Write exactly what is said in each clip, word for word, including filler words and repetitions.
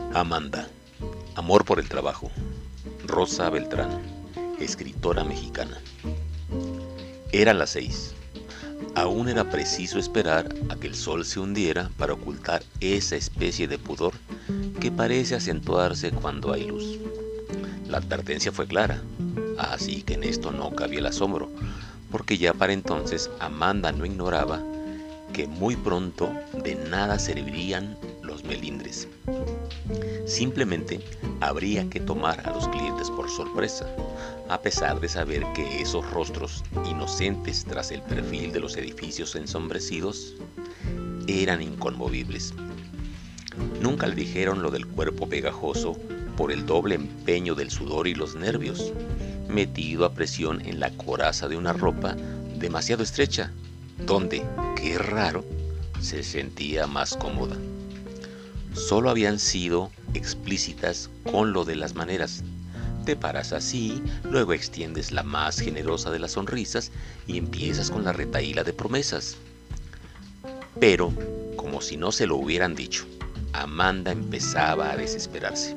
Amanda, amor por el trabajo. Rosa Beltrán, escritora mexicana. Eran las seis. Aún era preciso esperar a que el sol se hundiera para ocultar esa especie de pudor que parece acentuarse cuando hay luz. La advertencia fue clara, así que en esto no cabía el asombro, porque ya para entonces Amanda no ignoraba que muy pronto de nada servirían los melindres. Simplemente habría que tomar a los clientes por sorpresa, a pesar de saber que esos rostros inocentes tras el perfil de los edificios ensombrecidos eran inconmovibles. Nunca le dijeron lo del cuerpo pegajoso por el doble empeño del sudor y los nervios, metido a presión en la coraza de una ropa demasiado estrecha, donde, qué raro, se sentía más cómoda. Solo habían sido explícitas con lo de las maneras. Te paras así, luego extiendes la más generosa de las sonrisas y empiezas con la retahíla de promesas. Pero, como si no se lo hubieran dicho, Amanda empezaba a desesperarse.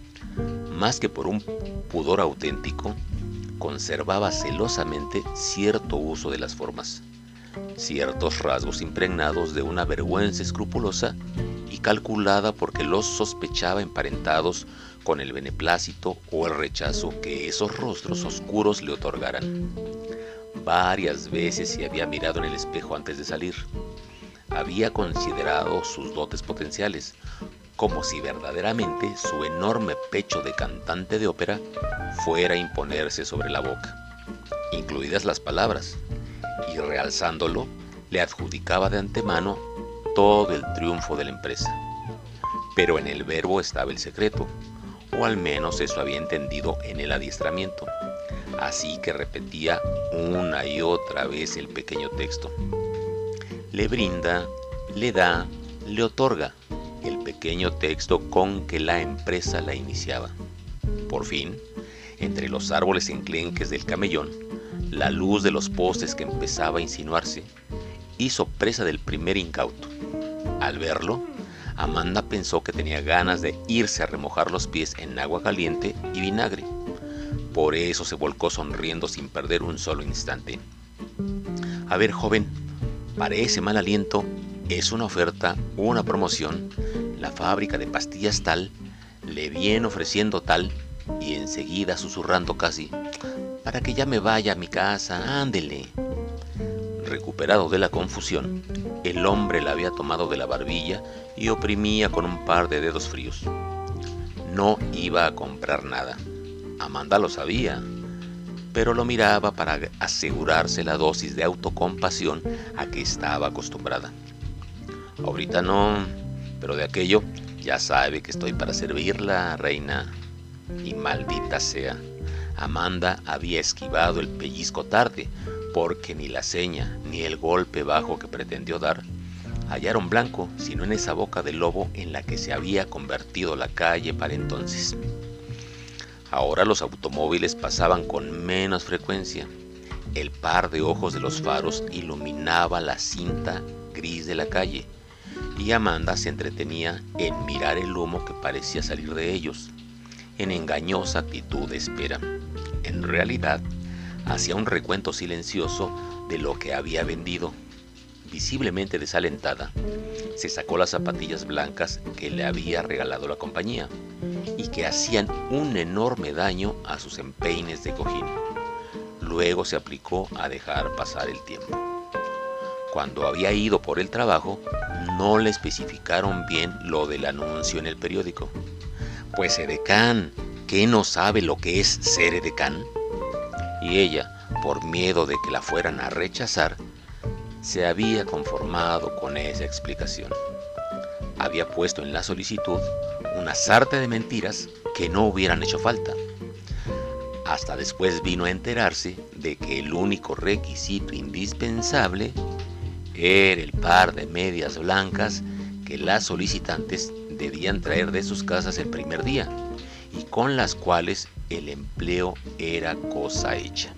Más que por un pudor auténtico, conservaba celosamente cierto uso de las formas, ciertos rasgos impregnados de una vergüenza escrupulosa y calculada porque los sospechaba emparentados con el beneplácito o el rechazo que esos rostros oscuros le otorgaran. Varias veces se había mirado en el espejo antes de salir. Había considerado sus dotes potenciales, como si verdaderamente su enorme pecho de cantante de ópera fuera a imponerse sobre la boca, incluidas las palabras, y realzándolo, le adjudicaba de antemano todo el triunfo de la empresa. Pero en el verbo estaba el secreto, o al menos eso había entendido en el adiestramiento, así que repetía una y otra vez el pequeño texto. Le brinda, le da, le otorga, el pequeño texto con que la empresa la iniciaba. Por fin, entre los árboles enclenques del camellón, la luz de los postes que empezaba a insinuarse hizo presa del primer incauto. Al verlo, Amanda pensó que tenía ganas de irse a remojar los pies en agua caliente y vinagre. Por eso se volcó sonriendo sin perder un solo instante. A ver, joven, para ese mal aliento, es una oferta, una promoción, la fábrica de pastillas tal, le viene ofreciendo tal, y enseguida susurrando casi, para que ya me vaya a mi casa, ándele. Recuperado de la confusión, el hombre la había tomado de la barbilla y oprimía con un par de dedos fríos. No iba a comprar nada. Amanda lo sabía, pero lo miraba para asegurarse la dosis de autocompasión a que estaba acostumbrada. Ahorita no, pero de aquello ya sabe que estoy para servirla, reina. Y maldita sea, Amanda había esquivado el pellizco tarde, porque ni la seña ni el golpe bajo que pretendió dar hallaron blanco, sino en esa boca de lobo en la que se había convertido la calle para entonces. Ahora los automóviles pasaban con menos frecuencia. El par de ojos de los faros iluminaba la cinta gris de la calle, y Amanda se entretenía en mirar el humo que parecía salir de ellos, en engañosa actitud de espera. En realidad, hacía un recuento silencioso de lo que había vendido. Visiblemente desalentada, se sacó las zapatillas blancas que le había regalado la compañía y que hacían un enorme daño a sus empeines de cojín. Luego se aplicó a dejar pasar el tiempo. Cuando había ido por el trabajo, no le especificaron bien lo del anuncio en el periódico. Pues edecán, ¿qué no sabe lo que es ser edecán? Y ella, por miedo de que la fueran a rechazar, se había conformado con esa explicación. Había puesto en la solicitud una sarta de mentiras que no hubieran hecho falta. Hasta después vino a enterarse de que el único requisito indispensable era el par de medias blancas que las solicitantes debían traer de sus casas el primer día y con las cuales el empleo era cosa hecha.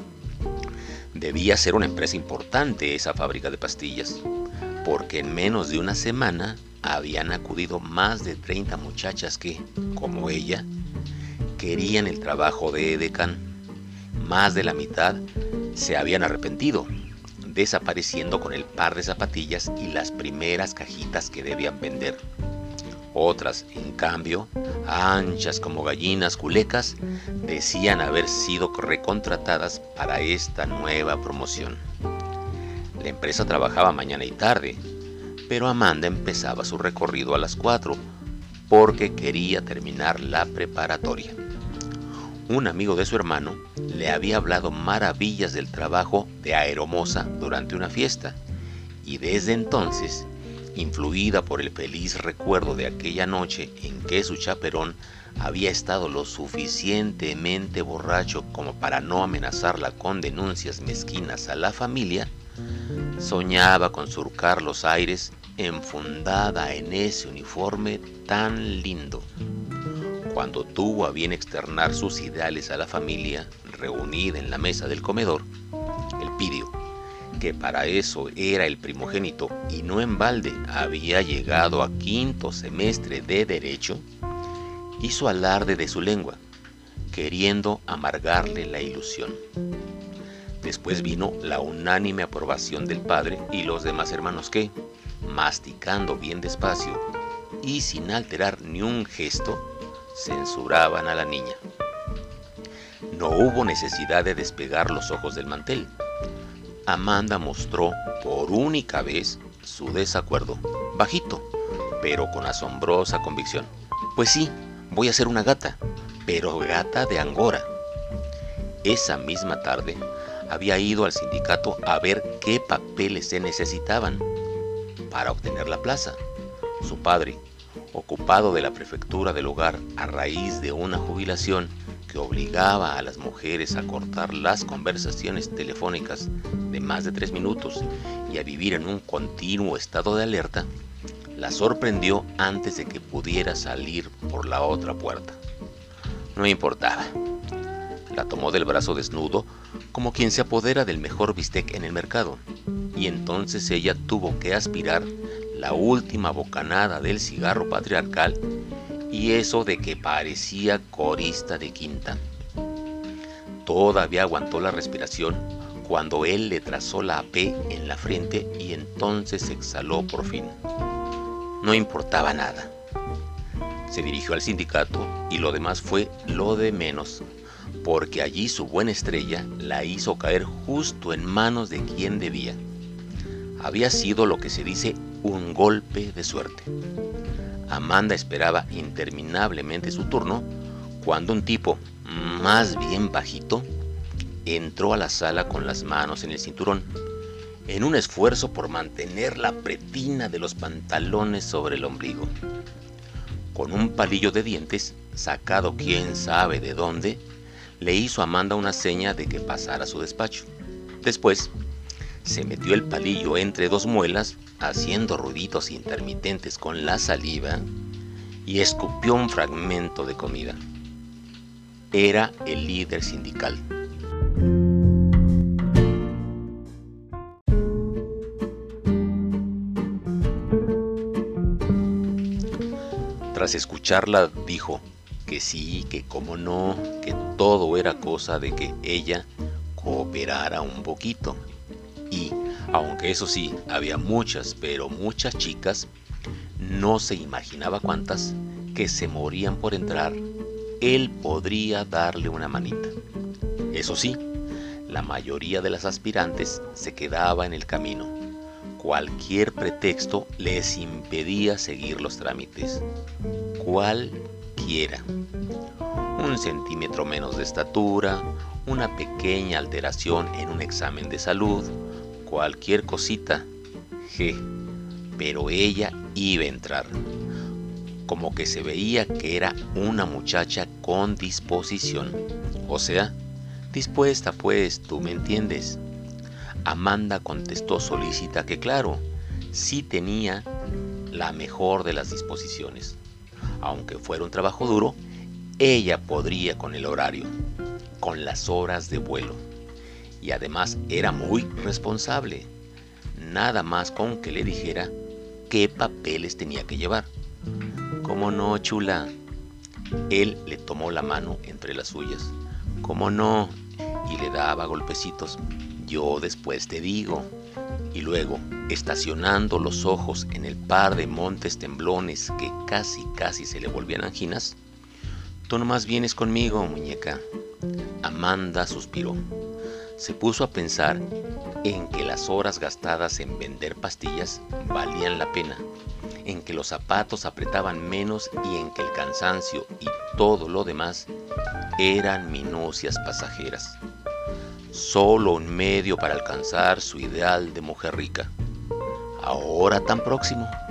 Debía ser una empresa importante esa fábrica de pastillas, porque en menos de una semana habían acudido más de treinta muchachas que, como ella, querían el trabajo de edecán. Más de la mitad se habían arrepentido, desapareciendo con el par de zapatillas y las primeras cajitas que debían vender. Otras, en cambio, anchas como gallinas culecas, decían haber sido recontratadas para esta nueva promoción. La empresa trabajaba mañana y tarde, pero Amanda empezaba su recorrido a las cuatro porque quería terminar la preparatoria. Un amigo de su hermano le había hablado maravillas del trabajo de aeromoza durante una fiesta, y desde entonces, influida por el feliz recuerdo de aquella noche en que su chaperón había estado lo suficientemente borracho como para no amenazarla con denuncias mezquinas a la familia, soñaba con surcar los aires enfundada en ese uniforme tan lindo. Cuando tuvo a bien externar sus ideales a la familia reunida en la mesa del comedor, Elpidio, que para eso era el primogénito y no en balde había llegado a quinto semestre de Derecho, hizo alarde de su lengua, queriendo amargarle la ilusión. Después vino la unánime aprobación del padre y los demás hermanos que, masticando bien despacio y sin alterar ni un gesto, censuraban a la niña. No hubo necesidad de despegar los ojos del mantel. Amanda mostró por única vez su desacuerdo, bajito, pero con asombrosa convicción. Pues sí, voy a ser una gata, pero gata de Angora. Esa misma tarde había ido al sindicato a ver qué papeles se necesitaban para obtener la plaza. Su padre, ocupado de la prefectura del hogar a raíz de una jubilación que obligaba a las mujeres a cortar las conversaciones telefónicas de más de tres minutos y a vivir en un continuo estado de alerta, la sorprendió antes de que pudiera salir por la otra puerta. No importaba. La tomó del brazo desnudo como quien se apodera del mejor bistec en el mercado, y entonces ella tuvo que aspirar la última bocanada del cigarro patriarcal, y eso de que parecía corista de quinta. Todavía aguantó la respiración cuando él le trazó la P en la frente y entonces exhaló por fin. No importaba nada. Se dirigió al sindicato y lo demás fue lo de menos, porque allí su buena estrella la hizo caer justo en manos de quien debía. Había sido lo que se dice un golpe de suerte. Amanda esperaba interminablemente su turno cuando un tipo, más bien bajito, entró a la sala con las manos en el cinturón, en un esfuerzo por mantener la pretina de los pantalones sobre el ombligo. Con un palillo de dientes, sacado quién sabe de dónde, le hizo a Amanda una seña de que pasara a su despacho. Después, se metió el palillo entre dos muelas, haciendo ruiditos intermitentes con la saliva, y escupió un fragmento de comida. Era el líder sindical. Tras escucharla, dijo que sí, que cómo no, que todo era cosa de que ella cooperara un poquito. Y, aunque eso sí, había muchas, pero muchas chicas, no se imaginaba cuántas, que se morían por entrar, él podría darle una manita. Eso sí, la mayoría de las aspirantes se quedaba en el camino. Cualquier pretexto les impedía seguir los trámites. Cualquiera. Un centímetro menos de estatura, una pequeña alteración en un examen de salud, cualquier cosita, je, pero ella iba a entrar, como que se veía que era una muchacha con disposición, o sea, dispuesta pues, tú me entiendes. Amanda contestó solícita que claro, sí tenía la mejor de las disposiciones. Aunque fuera un trabajo duro, ella podría con el horario, con las horas de vuelo. Y además era muy responsable. Nada más con que le dijera qué papeles tenía que llevar. ¿Cómo no, chula? Él le tomó la mano entre las suyas. ¿Cómo no? Y le daba golpecitos. Yo después te digo. Y luego, estacionando los ojos en el par de montes temblones que casi casi se le volvían anginas, tú nomás vienes conmigo, muñeca. Amanda suspiró. Se puso a pensar en que las horas gastadas en vender pastillas valían la pena, en que los zapatos apretaban menos y en que el cansancio y todo lo demás eran minucias pasajeras. Solo un medio para alcanzar su ideal de mujer rica. Ahora tan próximo.